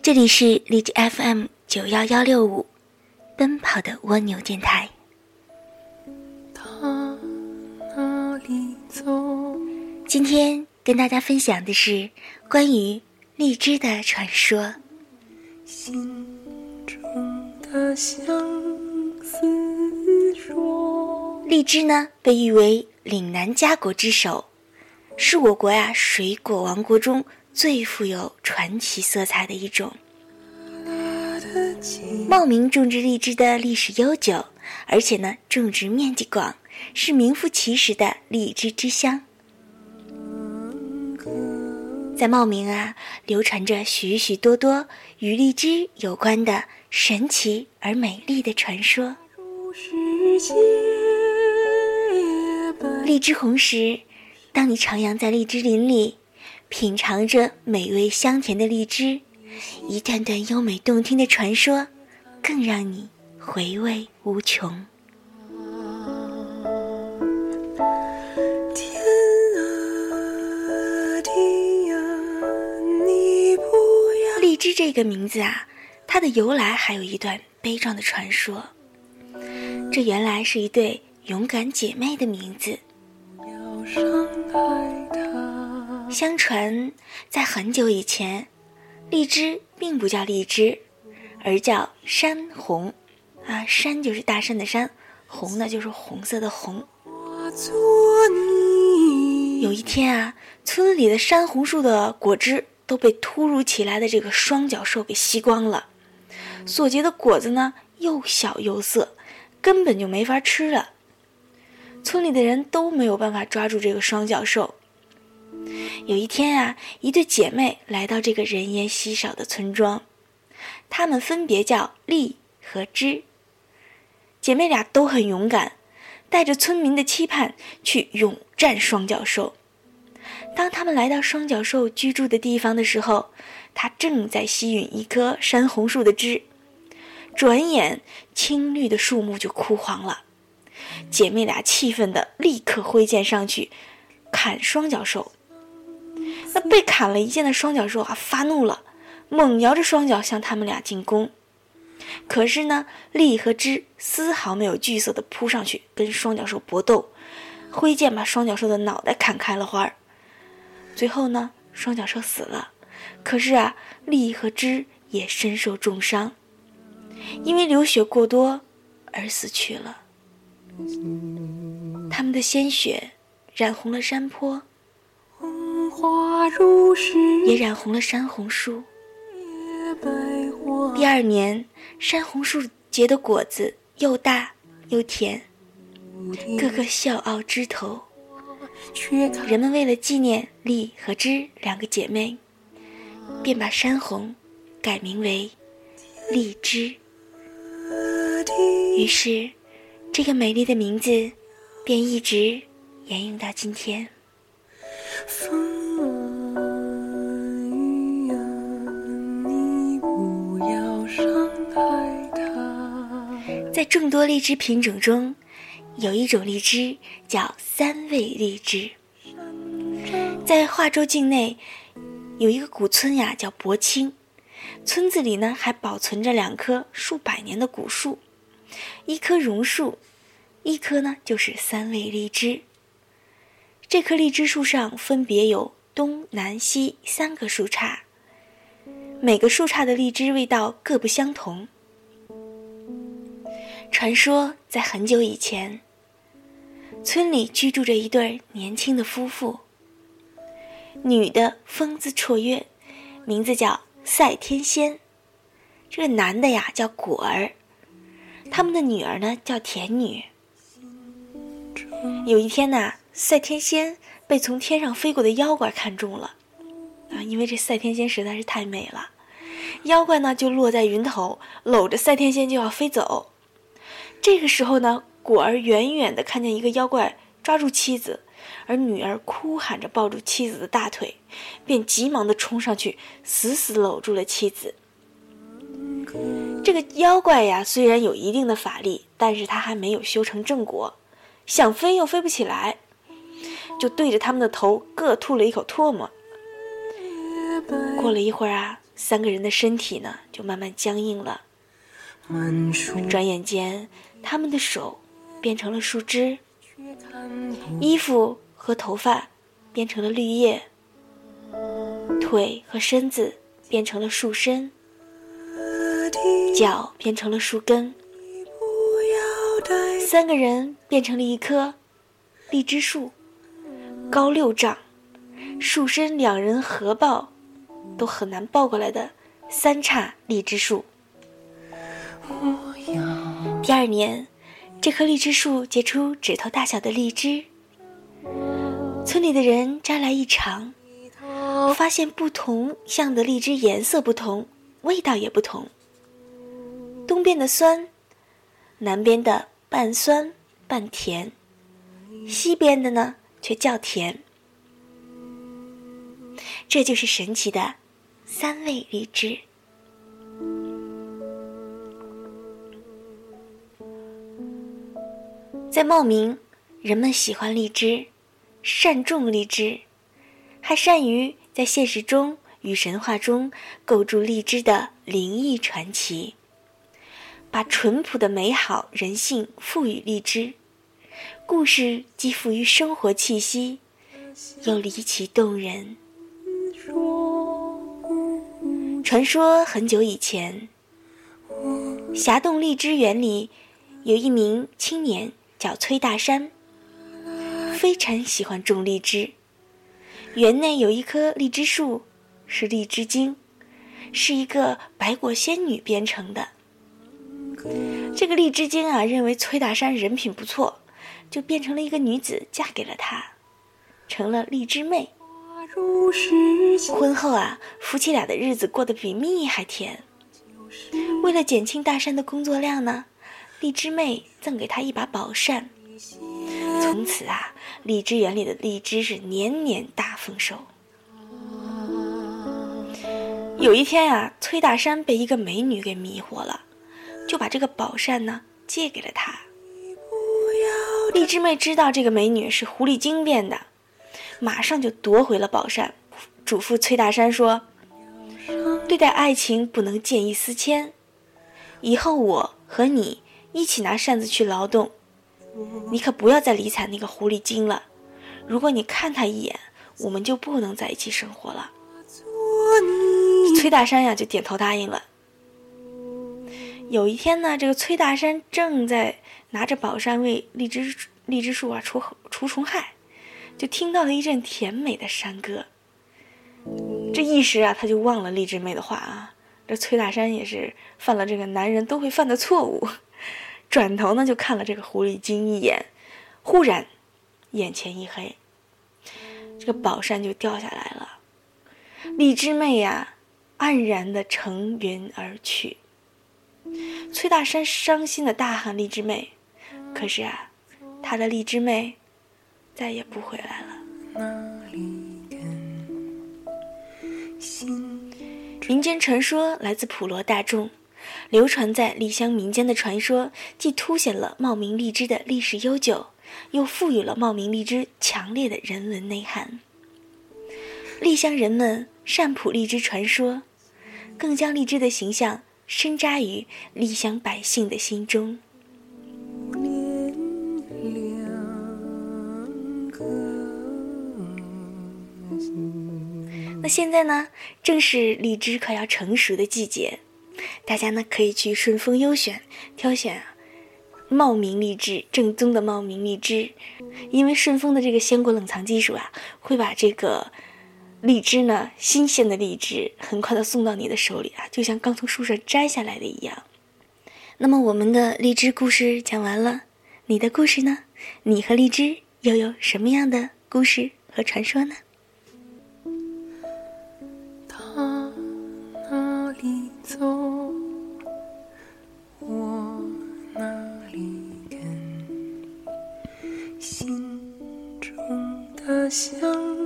这里是荔枝 FM91165奔跑的蜗牛电台。今天跟大家分享的是关于荔枝的传说。 心中的相思说， 荔枝呢被誉为岭南佳果之首，是我国水果王国中最富有传奇色彩的一种。茂名种植荔枝的历史悠久，而且呢种植面积广，是名副其实的荔枝之乡。在茂名流传着许许多多与荔枝有关的神奇而美丽的传说。荔枝红时，当你徜徉在荔枝林里，品尝着美味香甜的荔枝，一段段优美动听的传说更让你回味无穷。荔枝这个名字它的由来还有一段悲壮的传说。这原来是一对勇敢姐妹的名字。相传在很久以前，荔枝并不叫荔枝，而叫山红山就是大山的山，红呢就是红色的红。有一天村里的山红树的果汁都被突如其来的这个双角兽给吸光了，所结的果子呢又小又涩，根本就没法吃了。村里的人都没有办法抓住这个双角兽。有一天一对姐妹来到这个人烟稀少的村庄，她们分别叫荔和枝。姐妹俩都很勇敢，带着村民的期盼去勇战双角兽。当他们来到双角兽居住的地方的时候，它正在吸吮一棵山红树的枝，转眼青绿的树木就枯黄了。姐妹俩气愤地立刻挥剑上去砍双角兽。那被砍了一剑的双角兽发怒了，猛摇着双脚向他们俩进攻。可是呢，荔和枝丝毫没有惧色地扑上去跟双角兽搏斗，挥剑把双角兽的脑袋砍开了花。最后呢，双角兽死了，可是荔和枝也身受重伤，因为流血过多而死去了。他们的鲜血染红了山坡，也染红了山红树。第二年，山红树结的果子又大又甜，个个笑傲枝头。人们为了纪念荔和枝两个姐妹，便把山红改名为荔枝。于是这个美丽的名字便一直沿用到今天。在众多荔枝品种中，有一种荔枝叫三味荔枝。在华州境内有一个古村叫博清，村子里呢还保存着2棵数百年的古树，一棵榕树，一棵呢就是三味荔枝。这棵荔枝树上分别有东南西3个树杈，每个树杈的荔枝味道各不相同。传说在很久以前，村里居住着一对年轻的夫妇，女的风姿绰约，名字叫赛天仙，这个男的叫果儿，他们的女儿呢叫田女。有一天赛天仙被从天上飞过的妖怪看中了因为这赛天仙实在是太美了，妖怪呢就落在云头，搂着赛天仙就要飞走。这个时候呢，果儿远远地看见一个妖怪抓住妻子，而女儿哭喊着抱住妻子的大腿，便急忙地冲上去死死搂住了妻子。这个妖怪虽然有一定的法力，但是他还没有修成正果，想飞又飞不起来，就对着他们的头各吐了一口唾沫。过了一会儿 3个人的身体呢就慢慢僵硬了。转眼间，他们的手变成了树枝，衣服和头发变成了绿叶，腿和身子变成了树身，脚变成了树根。3个人变成了一棵荔枝树，高6丈，树身2人合抱都很难抱过来的3叉荔枝树。第2年，这棵荔枝树结出指头大小的荔枝，村里的人摘来一尝，发现不同样的荔枝颜色不同，味道也不同，东边的酸，南边的半酸半甜，西边的呢却较甜。这就是神奇的3味荔枝。在茂名，人们喜欢荔枝，善种荔枝，还善于在现实中与神话中构筑荔枝的灵异传奇，把淳朴的美好人性赋予荔枝，故事既富于生活气息，又离奇动人。传说很久以前，峡洞荔枝园里有一名青年叫崔大山，非常喜欢种荔枝。园内有一棵荔枝树，是荔枝精，是一个白果仙女编成的。这个荔枝精啊，认为崔大山人品不错，就变成了一个女子，嫁给了他，成了荔枝妹。婚后啊，夫妻俩的日子过得比蜜还甜。为了减轻大山的工作量呢，荔枝妹赠给他一把宝扇。从此啊，荔枝园里的荔枝是年年大丰收。有一天啊，崔大山被一个美女给迷惑了，就把这个宝扇呢借给了他。荔枝妹知道这个美女是狐狸精变的，马上就夺回了宝扇，嘱咐崔大山说，对待爱情不能见异思迁，以后我和你一起拿扇子去劳动，你可不要再理睬那个狐狸精了，如果你看他一眼，我们就不能在一起生活了。崔大山呀就点头答应了。有一天呢，这个崔大山正在拿着宝扇为荔枝树啊除虫害，就听到了一阵甜美的山歌。这一时啊，他就忘了荔枝妹的话啊。这崔大山也是犯了这个男人都会犯的错误，转头呢就看了这个狐狸精一眼，忽然眼前一黑，这个宝扇就掉下来了。荔枝妹呀，黯然的乘云而去。崔大山伤心的大喊荔枝妹，可是啊，他的荔枝妹再也不回来了。民间传说来自普罗大众，流传在丽乡民间的传说，既凸显了茂名荔枝的历史悠久，又赋予了茂名荔枝强烈的人文内涵。丽乡人们善谱荔枝传说，更将荔枝的形象深扎于丽乡百姓的心中。那现在呢，正是荔枝快要成熟的季节，大家呢可以去顺丰优选挑选茂名荔枝，正宗的茂名荔枝。因为顺丰的这个鲜果冷藏技术啊，会把这个荔枝呢，新鲜的荔枝很快的送到你的手里啊，就像刚从树上摘下来的一样。那么我们的荔枝故事讲完了，你的故事呢？你和荔枝又有什么样的故事和传说呢？ 他哪里走，我哪里跟，心中的相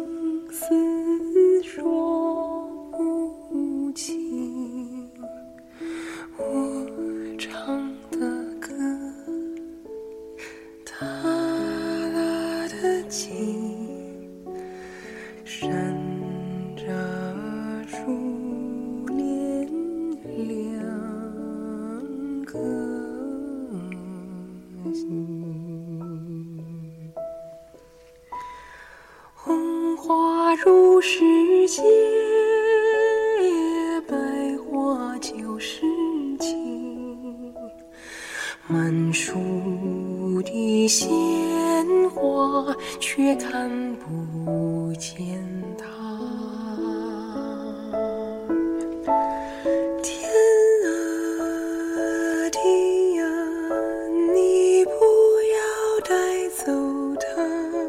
思说不清，我唱的歌，他拉的琴， 洁，百花就是情，满树的鲜花却看不见它。天啊地啊，你不要带走它，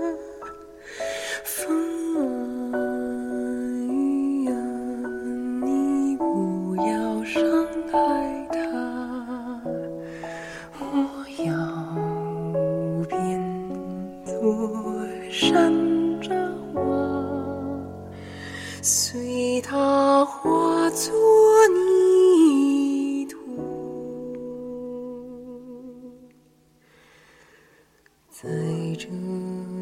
风啊雨啊，你不要伤害它，我要变作山楂花，随它化作泥土，在这